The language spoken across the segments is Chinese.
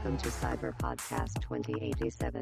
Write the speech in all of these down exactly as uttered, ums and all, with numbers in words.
Welcome to Cyber Podcast twenty eighty-seven。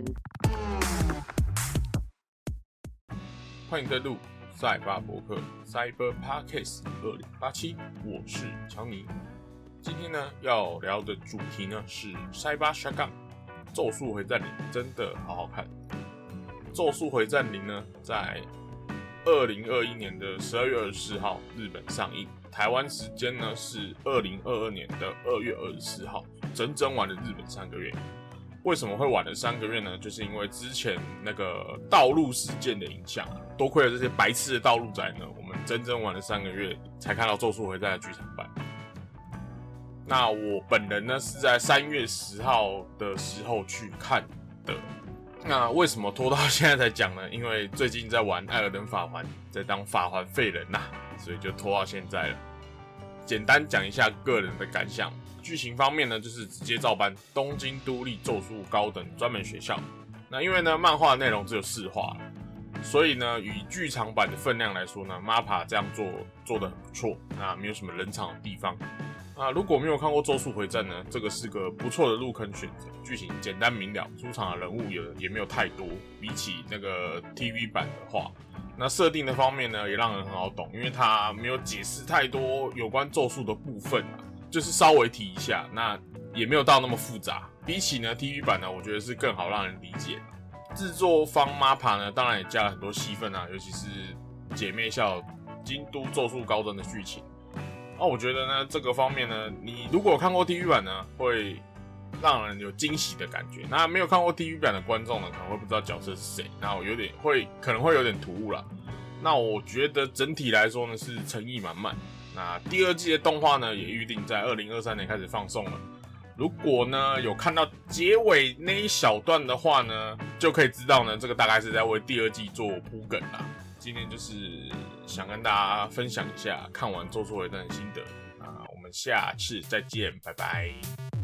欢迎登录赛巴博客 Cyber Podcast 二零八七，我是强尼。今天呢要聊的主题呢是塞巴下杠，咒术回战零真的好好看。咒术回战零呢在二零二一年的十二月二十四号日本上映，台湾时间呢是二零二二年的二月二十四号，整整晚了日本三个月。为什么会晚了三个月呢？就是因为之前那个道路事件的影响，多亏了这些白痴的道路仔呢，我们整整晚了三个月才看到咒术回战的剧场版。那我本人呢是在三月十号的时候去看的。那为什么拖到现在才讲呢？因为最近在玩艾尔登法环，在当法环废人呐、啊，所以就拖到现在了。简单讲一下个人的感想。剧情方面呢，就是直接照搬东京都立咒术高等专门学校。那因为呢，漫画内容只有四话，所以呢，以剧场版的分量来说呢 ，M A P P A 这样做做得很不错，那没有什么冷场的地方。啊，如果没有看过《咒术回战》呢，这个是个不错的入坑选择。剧情简单明了，出场的人物也也没有太多，比起那个 T V 版的话，那设定的方面呢，也让人很好懂，因为它没有解释太多有关咒术的部分啊，就是稍微提一下，那也没有到那么复杂。比起呢 T V 版呢，我觉得是更好让人理解。制作方 M A P P A 呢，当然也加了很多戏份啊，尤其是姐妹校京都咒术高专的剧情。那、啊、我觉得呢，这个方面呢，你如果有看过 T V 版呢，会让人有惊喜的感觉。那没有看过 T V 版的观众呢，可能会不知道角色是谁，那我有点会可能会有点突兀啦。那我觉得整体来说呢，是诚意满满。那第二季的动画呢，也预定在二零二三年开始放送了。如果呢有看到结尾那一小段的话呢，就可以知道呢，这个大概是在为第二季做铺梗啦。今天就是想跟大家分享一下看完《咒术回战》的心得啊，我们下次再见，拜拜。